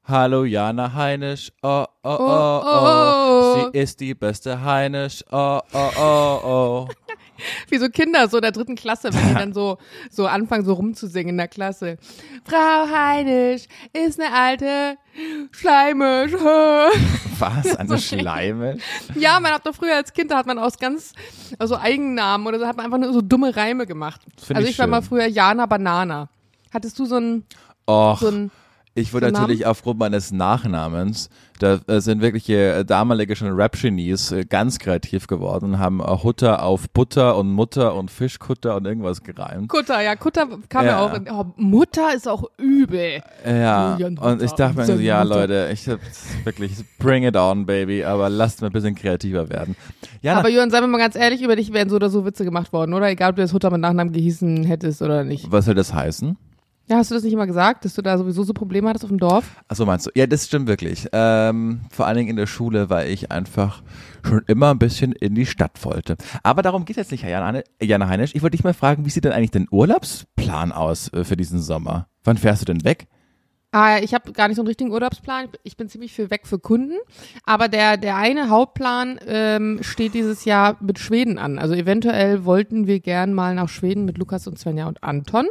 Hallo Jana Heinisch, oh, oh, oh, Oh, oh, oh. sie ist die beste Heinisch, oh, oh, oh, oh. Wie so Kinder so in der 3. Klasse, wenn die dann so anfangen, so rumzusingen in der Klasse. Frau Heinisch ist eine alte Schleimisch. Was, eine Schleime? Ja, man hat doch früher als Kind, da hat man also Eigennamen oder so, hat man einfach nur so dumme Reime gemacht. Find Also ich ich war schön. mal früher Jana Banana. Hattest du so ein Och, ich wurde so natürlich Namen? aufgrund meines Nachnamens, da sind wirkliche damalige schon Rap-Genies ganz kreativ geworden und haben Hutter auf Butter und Mutter und Fischkutter und irgendwas gereimt. Kutter? Ja, Kutter kam ja auch. Oh, Mutter ist auch übel. Ja, Julian und ich dachte mir so, Hutter, ja Mutter. Leute, ich hab wirklich, bring it on, baby, aber lasst mir ein bisschen kreativer werden. Jana, Aber Jürgen, seien wir mal ganz ehrlich, über dich wären so oder so Witze gemacht worden, oder? Egal, ob du das Hutter mit Nachnamen gehießen hättest oder nicht. was soll das heißen? Ja, hast du das nicht immer gesagt, dass du da sowieso so Probleme hattest auf dem Dorf? Achso, meinst du? Ja, das stimmt wirklich. Vor allen Dingen in der Schule, weil ich einfach schon immer ein bisschen in die Stadt wollte. Aber darum geht es jetzt nicht, Jana Heinisch. Ich wollte dich mal fragen, wie sieht denn eigentlich dein Urlaubsplan aus für diesen Sommer? Wann fährst du denn weg? Ich habe gar nicht so einen richtigen Urlaubsplan. Ich bin ziemlich viel weg für Kunden. Aber der eine Hauptplan steht dieses Jahr mit Schweden an. Also eventuell wollten wir gern mal nach Schweden mit Lukas und Svenja und Anton.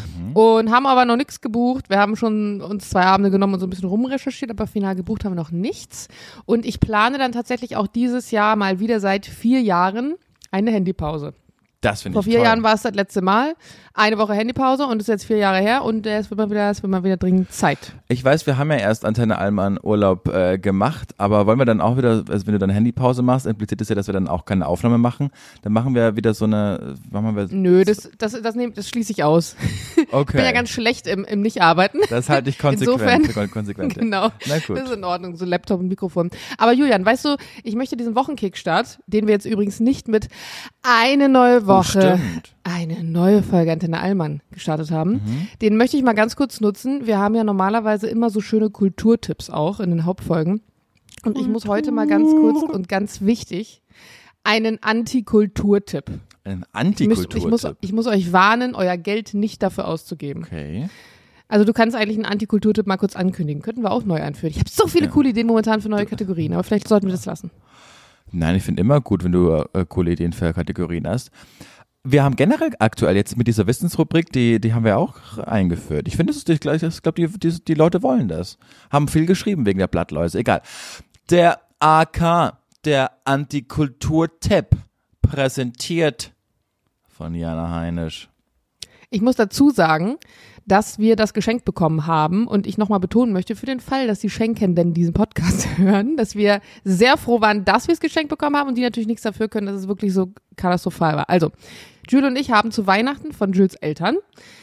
Und haben aber noch nichts gebucht. Wir haben schon uns 2 Abende genommen und so ein bisschen rumrecherchiert, aber final gebucht haben wir noch nichts. Und ich plane dann tatsächlich auch dieses Jahr mal wieder seit 4 Jahren eine Handypause. Das finde Vor ich 4 toll. Jahren war es das letzte Mal. Eine Woche Handypause und ist jetzt 4 Jahre her und es wird mal wieder dringend Zeit. Ich weiß, wir haben ja erst Antenne Allmann Urlaub gemacht, aber wollen wir dann auch wieder, also wenn du dann Handypause machst, impliziert es ja, dass wir dann auch keine Aufnahme machen. Dann machen wir wieder so eine, Nö, das schließe ich aus. okay. Ich bin ja ganz schlecht im Nicht-Arbeiten. Das halte ich konsequent. konsequent. Genau. Na gut. Das ist in Ordnung, so Laptop und Mikrofon. Aber Julian, weißt du, ich möchte diesen Wochenkickstart, den wir jetzt übrigens nicht mit eine neue Woche, eine neue Folge Antenne Allmann gestartet haben, den möchte ich mal ganz kurz nutzen. Wir haben ja normalerweise immer so schöne Kulturtipps auch in den Hauptfolgen. Und ich muss heute mal ganz kurz und ganz wichtig einen Antikulturtipp. Ein Antikulturtipp. Ich muss euch warnen, euer Geld nicht dafür auszugeben. Okay. Also du kannst eigentlich einen Antikulturtipp mal kurz ankündigen. Könnten wir auch neu einführen. Ich habe so viele coole Ideen momentan für neue Kategorien, aber vielleicht sollten wir das lassen. Nein, ich finde immer gut, wenn du coole Ideen für Kategorien hast. Wir haben generell aktuell jetzt mit dieser Wissensrubrik, die haben wir auch eingeführt. Ich finde, ich glaube, die Leute wollen das. Haben viel geschrieben wegen der Blattläuse. Egal. Der AK, der Antikulturtipp, präsentiert von Jana Heinisch. Ich muss dazu sagen, dass wir das geschenkt bekommen haben und ich nochmal betonen möchte, für den Fall, dass die Schenkenden diesen Podcast hören, dass wir sehr froh waren, dass wir es geschenkt bekommen haben und die natürlich nichts dafür können, dass es wirklich so katastrophal war. Also, Jules und ich haben zu Weihnachten von Jules Eltern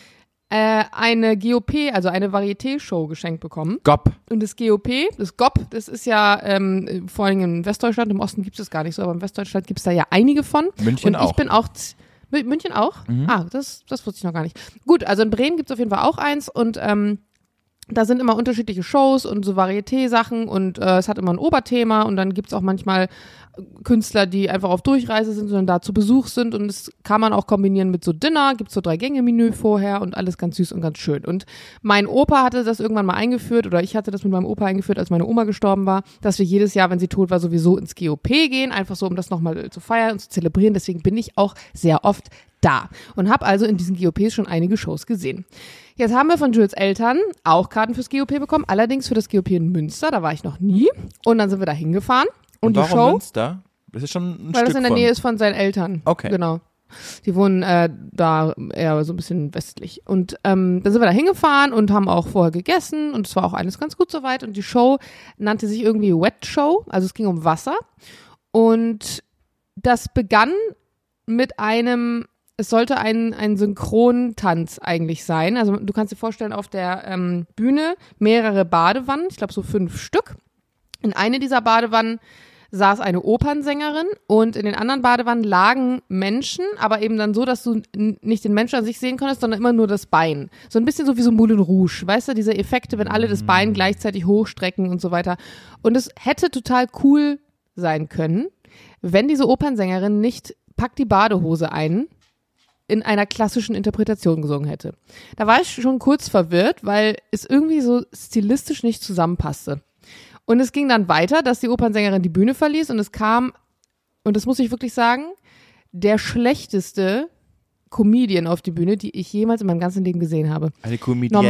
eine GOP, also eine Varieté-Show geschenkt bekommen. GOP. Und das GOP, das ist ja vor allem in Westdeutschland, im Osten gibt es gar nicht so, aber in Westdeutschland gibt es da ja einige von. München und auch. Ich bin auch München auch? Das wusste ich noch gar nicht. Gut, also in Bremen gibt es auf jeden Fall auch eins und da sind immer unterschiedliche Shows und so Varieté-Sachen und es hat immer ein Oberthema und dann gibt es auch manchmal Künstler, die einfach auf Durchreise sind, sondern da zu Besuch sind und das kann man auch kombinieren mit so Dinner, gibt so 3-Gänge-Menü vorher und alles ganz süß und ganz schön. Und mein Opa hatte das irgendwann mal eingeführt oder ich hatte das mit meinem Opa eingeführt, als meine Oma gestorben war, dass wir jedes Jahr, wenn sie tot war, sowieso ins GOP gehen, einfach so, um das nochmal zu feiern und zu zelebrieren. Deswegen bin ich auch sehr oft da und habe also in diesen GOPs schon einige Shows gesehen. Jetzt haben wir von Jules Eltern auch Karten fürs GOP bekommen, allerdings für das GOP in Münster, da war ich noch nie. Und dann sind wir da hingefahren. Und die warum Show, Münster? Das ist schon ein weil Stück das in der von. Nähe ist von seinen Eltern. Okay. Genau. Die wohnen da eher so ein bisschen westlich. Und dann sind wir da hingefahren und haben auch vorher gegessen und es war auch alles ganz gut soweit. Und die Show nannte sich irgendwie Wet Show, also es ging um Wasser. Und das begann mit es sollte ein Synchrontanz eigentlich sein. Also du kannst dir vorstellen, auf der Bühne mehrere Badewannen, ich glaube so 5 Stück. In eine dieser Badewannen saß eine Opernsängerin und in den anderen Badewannen lagen Menschen, aber eben dann so, dass du nicht den Menschen an sich sehen konntest, sondern immer nur das Bein. So ein bisschen so wie so Moulin Rouge, weißt du, diese Effekte, wenn alle das Bein gleichzeitig hochstrecken und so weiter. Und es hätte total cool sein können, wenn diese Opernsängerin nicht packt die Badehose ein in einer klassischen Interpretation gesungen hätte. Da war ich schon kurz verwirrt, weil es irgendwie so stilistisch nicht zusammenpasste. Und es ging dann weiter, dass die Opernsängerin die Bühne verließ und es kam, und das muss ich wirklich sagen, der schlechteste Comedian auf die Bühne, die ich jemals in meinem ganzen Leben gesehen habe. Eine Comedian.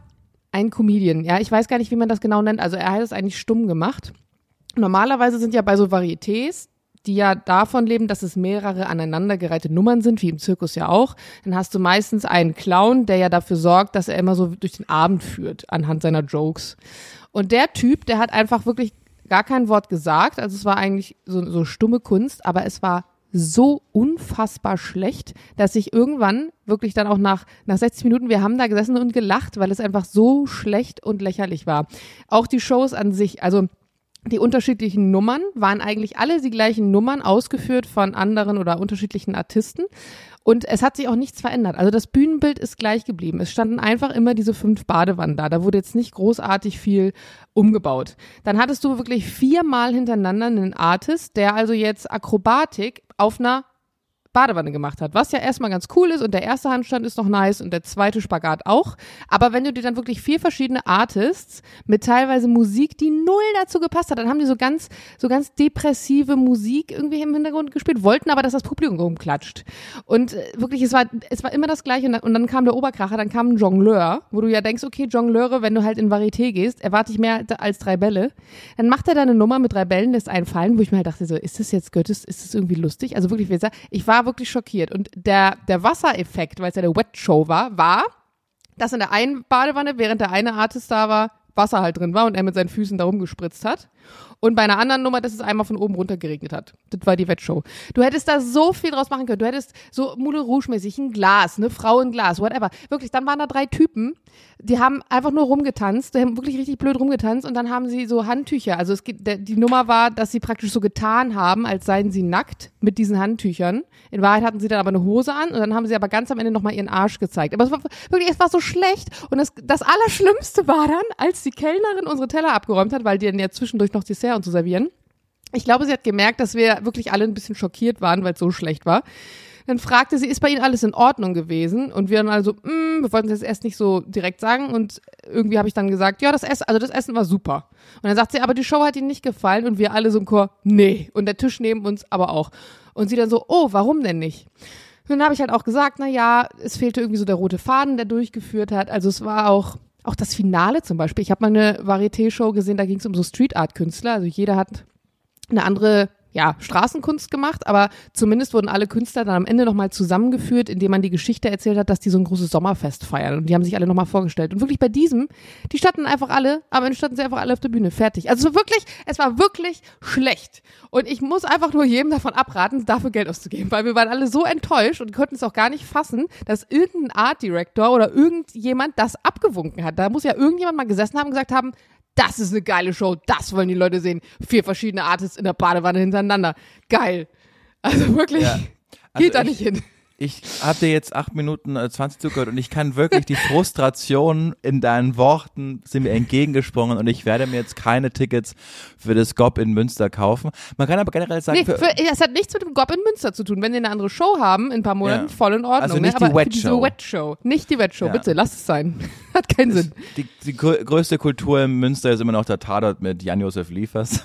Ein Comedian, ja, ich weiß gar nicht, wie man das genau nennt, also er hat es eigentlich stumm gemacht. Normalerweise sind ja bei so Varietés, die ja davon leben, dass es mehrere aneinandergereihte Nummern sind, wie im Zirkus ja auch, dann hast du meistens einen Clown, der ja dafür sorgt, dass er immer so durch den Abend führt, anhand seiner Jokes. Und der Typ, der hat einfach wirklich gar kein Wort gesagt, also es war eigentlich so stumme Kunst, aber es war so unfassbar schlecht, dass ich irgendwann wirklich dann auch nach 60 Minuten, wir haben da gesessen und gelacht, weil es einfach so schlecht und lächerlich war. Auch die Shows an sich, also die unterschiedlichen Nummern waren eigentlich alle die gleichen Nummern, ausgeführt von anderen oder unterschiedlichen Artisten. Und es hat sich auch nichts verändert. Also das Bühnenbild ist gleich geblieben. Es standen einfach immer diese 5 Badewannen da. Da wurde jetzt nicht großartig viel umgebaut. Dann hattest du wirklich 4-mal hintereinander einen Artist, der also jetzt Akrobatik auf einer Badewanne gemacht hat, was ja erstmal ganz cool ist und der erste Handstand ist noch nice und der zweite Spagat auch, aber wenn du dir dann wirklich 4 verschiedene Artists mit teilweise Musik, die null dazu gepasst hat, dann haben die so ganz depressive Musik irgendwie im Hintergrund gespielt, wollten aber, dass das Publikum rumklatscht und wirklich, es war immer das Gleiche und dann kam der Oberkracher, dann kam ein Jongleur, wo du ja denkst, okay, Jongleure, wenn du halt in Varieté gehst, erwarte ich mehr als 3 Bälle, dann macht er da eine Nummer mit 3 Bällen, lässt einen fallen, wo ich mir halt dachte, so, ist das jetzt Gottes, ist das irgendwie lustig? Also wirklich, ich war wirklich schockiert. Und der Wassereffekt, weil es ja eine Wet-Show war, dass in der einen Badewanne, während der eine Artist da war, Wasser halt drin war und er mit seinen Füßen da rumgespritzt hat. Und bei einer anderen Nummer, dass es einmal von oben runter geregnet hat. Das war die Wet-Show. Du hättest da so viel draus machen können. Du hättest so Moulin Rouge-mäßig ein Glas, eine Frau in Glas, whatever. Wirklich, dann waren da 3 Typen, die haben einfach nur rumgetanzt, die haben wirklich richtig blöd rumgetanzt und dann haben sie so Handtücher. Also die Nummer war, dass sie praktisch so getan haben, als seien sie nackt mit diesen Handtüchern. In Wahrheit hatten sie dann aber eine Hose an und dann haben sie aber ganz am Ende nochmal ihren Arsch gezeigt. Aber es war so schlecht und das Allerschlimmste war dann, als die Kellnerin unsere Teller abgeräumt hat, weil die dann ja zwischendurch noch Dessert und zu servieren. Ich glaube, sie hat gemerkt, dass wir wirklich alle ein bisschen schockiert waren, weil es so schlecht war. Dann fragte sie, ist bei Ihnen alles in Ordnung gewesen? Und wir dann also, wir wollten das erst nicht so direkt sagen und irgendwie habe ich dann gesagt, ja, das Essen war super. Und dann sagt sie, aber die Show hat Ihnen nicht gefallen und wir alle so im Chor, nee. Und der Tisch neben uns aber auch. Und sie dann so, oh, warum denn nicht? Und dann habe ich halt auch gesagt, es fehlte irgendwie so der rote Faden, der durchgeführt hat. Also es war auch das Finale zum Beispiel. Ich habe mal eine Varieté-Show gesehen, da ging es um so Street-Art-Künstler. Also jeder hat eine andere Straßenkunst gemacht, aber zumindest wurden alle Künstler dann am Ende nochmal zusammengeführt, indem man die Geschichte erzählt hat, dass die so ein großes Sommerfest feiern und die haben sich alle nochmal vorgestellt und wirklich bei diesem, die standen einfach alle, am Ende standen sie einfach alle auf der Bühne, fertig. Also es war wirklich schlecht und ich muss einfach nur jedem davon abraten, dafür Geld auszugeben, weil wir waren alle so enttäuscht und konnten es auch gar nicht fassen, dass irgendein Art Director oder irgendjemand das abgewunken hat. Da muss ja irgendjemand mal gesessen haben und gesagt haben, das ist eine geile Show, das wollen die Leute sehen. 4 verschiedene Artists in der Badewanne hintereinander. Geil. Also wirklich, geht da nicht hin. Ich habe dir jetzt 8 Minuten 20 zugehört und ich kann wirklich die Frustration in deinen Worten sind mir entgegengesprungen und ich werde mir jetzt keine Tickets für das GOP in Münster kaufen. Man kann aber generell sagen, es hat nichts mit dem GOP in Münster zu tun. Wenn sie eine andere Show haben in ein paar Monaten, voll in Ordnung. Also nicht aber die Wet-Show. Wet-Show. Nicht die Wet-Show, bitte, lass es sein. Hat keinen Sinn. Die größte Kultur in Münster ist immer noch der Tatort mit Jan-Josef Liefers.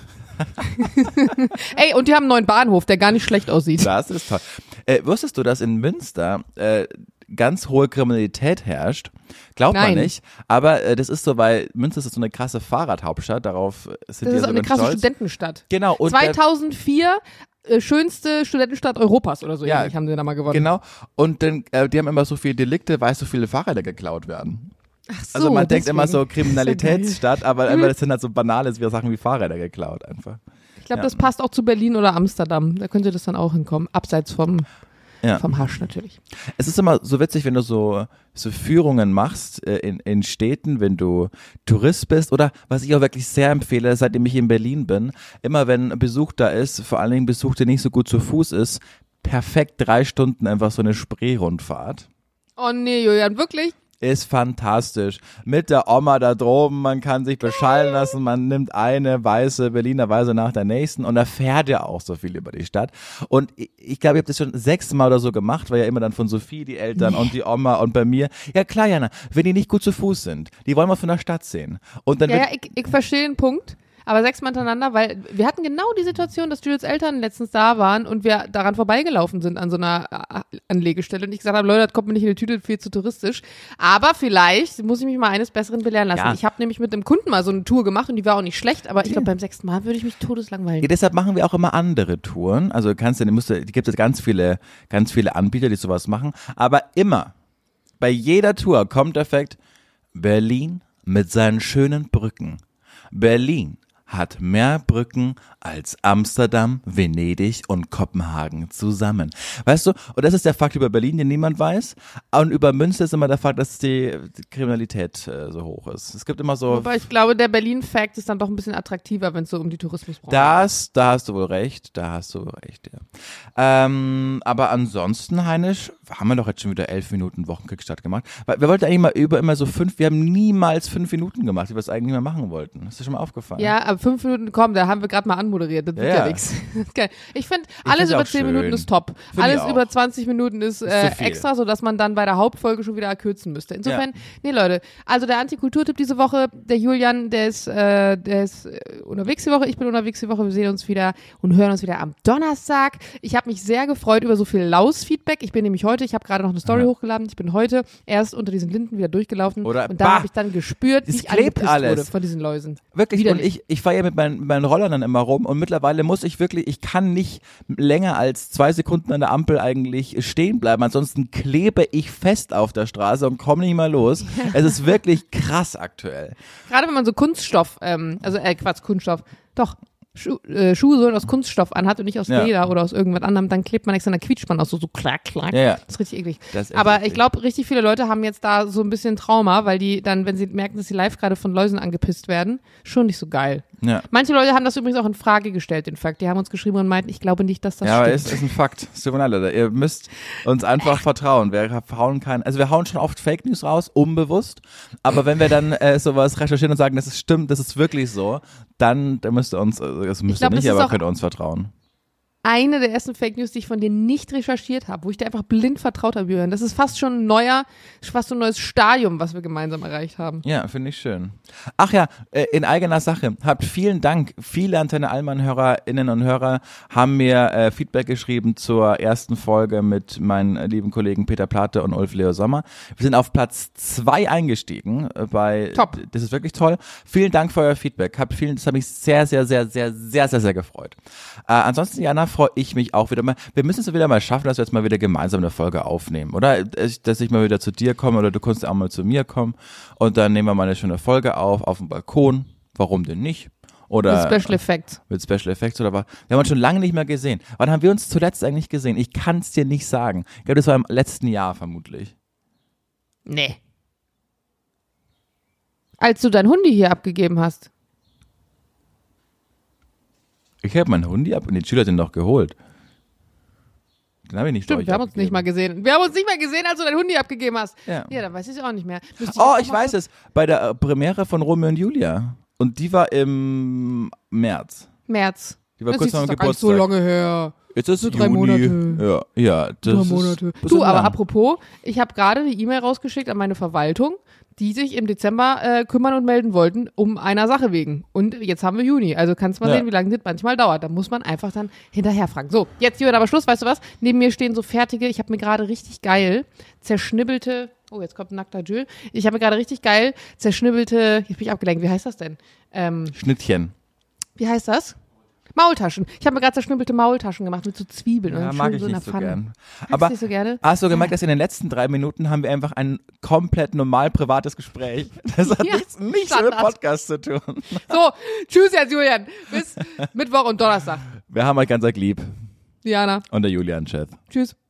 Ey, und die haben einen neuen Bahnhof, der gar nicht schlecht aussieht. Das ist toll. Wusstest du, dass in Münster ganz hohe Kriminalität herrscht? Glaubt man nicht. Aber das ist so, weil Münster ist so eine krasse Fahrradhauptstadt. Darauf sind das wir ist so eine krasse stolz. Studentenstadt. Genau. Und 2004 schönste Studentenstadt Europas oder so. Ja, haben sie da mal gewonnen. Genau. Und dann, die haben immer so viele Delikte, weil so viele Fahrräder geklaut werden. Ach so, also man denkt deswegen. immer so Kriminalitätsstadt, aber das sind halt so banale Sachen wie Fahrräder geklaut einfach. Ich glaube, das passt auch zu Berlin oder Amsterdam. Da könnte das dann auch hinkommen. Abseits vom Hasch natürlich. Es ist immer so witzig, wenn du so Führungen machst in Städten, wenn du Tourist bist oder was ich auch wirklich sehr empfehle, seitdem ich in Berlin bin, immer wenn Besuch da ist, vor allen Dingen Besuch, der nicht so gut zu Fuß ist, perfekt 3 Stunden einfach so eine Spreerundfahrt. Oh nee, Julian, wirklich? ist fantastisch. Mit der Oma da droben, man kann sich beschallen lassen, man nimmt eine weiße Berliner Weise nach der nächsten und erfährt ja auch so viel über die Stadt. Und ich glaube, ich habe das schon 6 Mal oder so gemacht, weil ja immer dann von Sophie die Eltern und die Oma und bei mir. Ja klar, Jana, wenn die nicht gut zu Fuß sind, die wollen wir von der Stadt sehen. Und dann ich verstehe den Punkt. Aber 6 Mal hintereinander, weil wir hatten genau die Situation, dass Judiths Eltern letztens da waren und wir daran vorbeigelaufen sind an so einer Anlegestelle und ich gesagt habe, Leute, das kommt mir nicht in die Tüte, viel zu touristisch. Aber vielleicht muss ich mich mal eines Besseren belehren lassen. Ja. Ich habe nämlich mit einem Kunden mal so eine Tour gemacht und die war auch nicht schlecht, aber ich glaube, beim 6. Mal würde ich mich todeslangweilen. Ja, deshalb machen wir auch immer andere Touren. Also gibt es ganz viele Anbieter, die sowas machen. Aber immer, bei jeder Tour kommt der Fakt, Berlin mit seinen schönen Brücken. Berlin hat mehr Brücken als Amsterdam, Venedig und Kopenhagen zusammen. Weißt du, und das ist der Fakt über Berlin, den niemand weiß. Und über Münster ist immer der Fakt, dass die Kriminalität so hoch ist. Es gibt immer so... Aber ich glaube, der Berlin-Fact ist dann doch ein bisschen attraktiver, wenn es so um die Tourismusbranche geht. Da hast du wohl recht, ja. Aber ansonsten, Heinisch, haben wir doch jetzt schon wieder 11 Minuten Wochenkickstart gemacht. Weil wir wollten eigentlich immer so 5, wir haben niemals 5 Minuten gemacht, wie wir es eigentlich nicht mehr machen wollten. Ist dir schon mal aufgefallen? Ja, aber 5 Minuten, komm, da haben wir gerade mal anmoderiert. Das wird ja nichts. Ich finde, alles über 10 Minuten ist top. Alles über 20 Minuten ist extra, sodass man dann bei der Hauptfolge schon wieder kürzen müsste. Insofern, nee Leute, also der Antikulturtipp diese Woche, der Julian, der ist unterwegs die Woche, ich bin unterwegs die Woche, wir sehen uns wieder und hören uns wieder am Donnerstag. Ich habe mich sehr gefreut über so viel Laus-Feedback. Ich bin nämlich heute, ich habe gerade noch eine Story hochgeladen, ich bin heute erst unter diesen Linden wieder durchgelaufen und da habe ich dann gespürt, wie ich angepisst wurde von diesen Läusen. Wirklich, Widerlich. und ich fahre ja mit meinen Rollern dann immer rum und mittlerweile muss ich wirklich, ich kann nicht länger als 2 Sekunden an der Ampel eigentlich stehen bleiben, ansonsten klebe ich fest auf der Straße und komme nicht mehr los. Es ist wirklich krass aktuell. Gerade wenn man so Kunststoff, Kunststoff, doch, Schuhsohlen aus Kunststoff anhat und nicht aus Leder oder aus irgendwas anderem, dann klebt man extra eine Quietschband aus, so klack, klack. Ja. Das ist richtig eklig. Aber ich glaube, richtig viele Leute haben jetzt da so ein bisschen Trauma, weil die dann, wenn sie merken, dass sie live gerade von Läusen angepisst werden, schon nicht so geil. Ja. Manche Leute haben das übrigens auch in Frage gestellt, den Fakt. Die haben uns geschrieben und meinten, ich glaube nicht, dass das stimmt. Ja, aber es ist ein Fakt. Es tut mir leid, ihr müsst uns einfach vertrauen. Wir hauen schon oft Fake News raus, unbewusst. Aber wenn wir dann sowas recherchieren und sagen, das ist stimmt, das ist wirklich so, dann müsst ihr uns, könnt ihr uns vertrauen. Eine der ersten Fake News, die ich von dir nicht recherchiert habe, wo ich dir einfach blind vertraut habe, Jürgen. Das ist fast schon fast so ein neues Stadium, was wir gemeinsam erreicht haben. Ja, finde ich schön. Ach ja, in eigener Sache. Habt vielen Dank. Viele Antenne Allmann-HörerInnen und Hörer haben mir Feedback geschrieben zur ersten Folge mit meinen lieben Kollegen Peter Plate und Ulf Leo Sommer. Wir sind auf Platz 2 eingestiegen. Top. Das ist wirklich toll. Vielen Dank für euer Feedback. Das hat mich sehr, sehr, sehr, sehr, sehr, sehr, sehr gefreut. Ansonsten, Jana, freue ich mich auch wieder mal. Wir müssen es wieder mal schaffen, dass wir jetzt mal wieder gemeinsam eine Folge aufnehmen, oder? Dass ich mal wieder zu dir komme oder du kannst auch mal zu mir kommen und dann nehmen wir mal eine schöne Folge auf dem Balkon. Warum denn nicht? Oder mit Special Effects. Mit Special Effects oder was? Wir haben uns schon lange nicht mehr gesehen. Wann haben wir uns zuletzt eigentlich gesehen? Ich kann es dir nicht sagen. Ich glaube, das war im letzten Jahr vermutlich. Nee. Als du dein Hundi hier abgegeben hast. Ich habe meinen Hundi und den Schüler hat den noch geholt. Den habe ich nicht. Stimmt, wir haben uns nicht mal gesehen. Wir haben uns nicht mal gesehen, als du dein Hundi abgegeben hast. Ja, dann weiß ich es auch nicht mehr. Ich weiß es. Bei der Premiere von Romeo und Julia. Und die war im März. Die war kurz vor meinem Geburtstag. So lange her. Jetzt ist es 3 Monate. Ja, das 3 Monate. Du, aber apropos, ich habe gerade eine E-Mail rausgeschickt an meine Verwaltung, die sich im Dezember kümmern und melden wollten, um einer Sache wegen. Und jetzt haben wir Juni. Also kannst du mal sehen, wie lange das manchmal dauert. Da muss man einfach dann hinterher fragen. So, jetzt Jürgen, aber Schluss, weißt du was? Neben mir stehen so fertige, ich habe mir gerade richtig geil zerschnibbelte, jetzt kommt ein nackter Jules. Ich habe mir gerade richtig geil zerschnibbelte, jetzt bin ich abgelenkt, wie heißt das denn? Schnittchen. Wie heißt das? Maultaschen. Ich habe mir gerade zerschnibbelte Maultaschen gemacht mit so Zwiebeln. Ja, und mag ich so nicht so gern. Aber nicht so gerne? Hast du gemerkt, dass in den letzten 3 Minuten haben wir einfach ein komplett normal privates Gespräch. Das hat nichts mit Podcast zu tun. So, tschüss jetzt, Julian. Bis Mittwoch und Donnerstag. Wir haben euch ganz lieb. Diana. Und der Julian, Chef. Tschüss.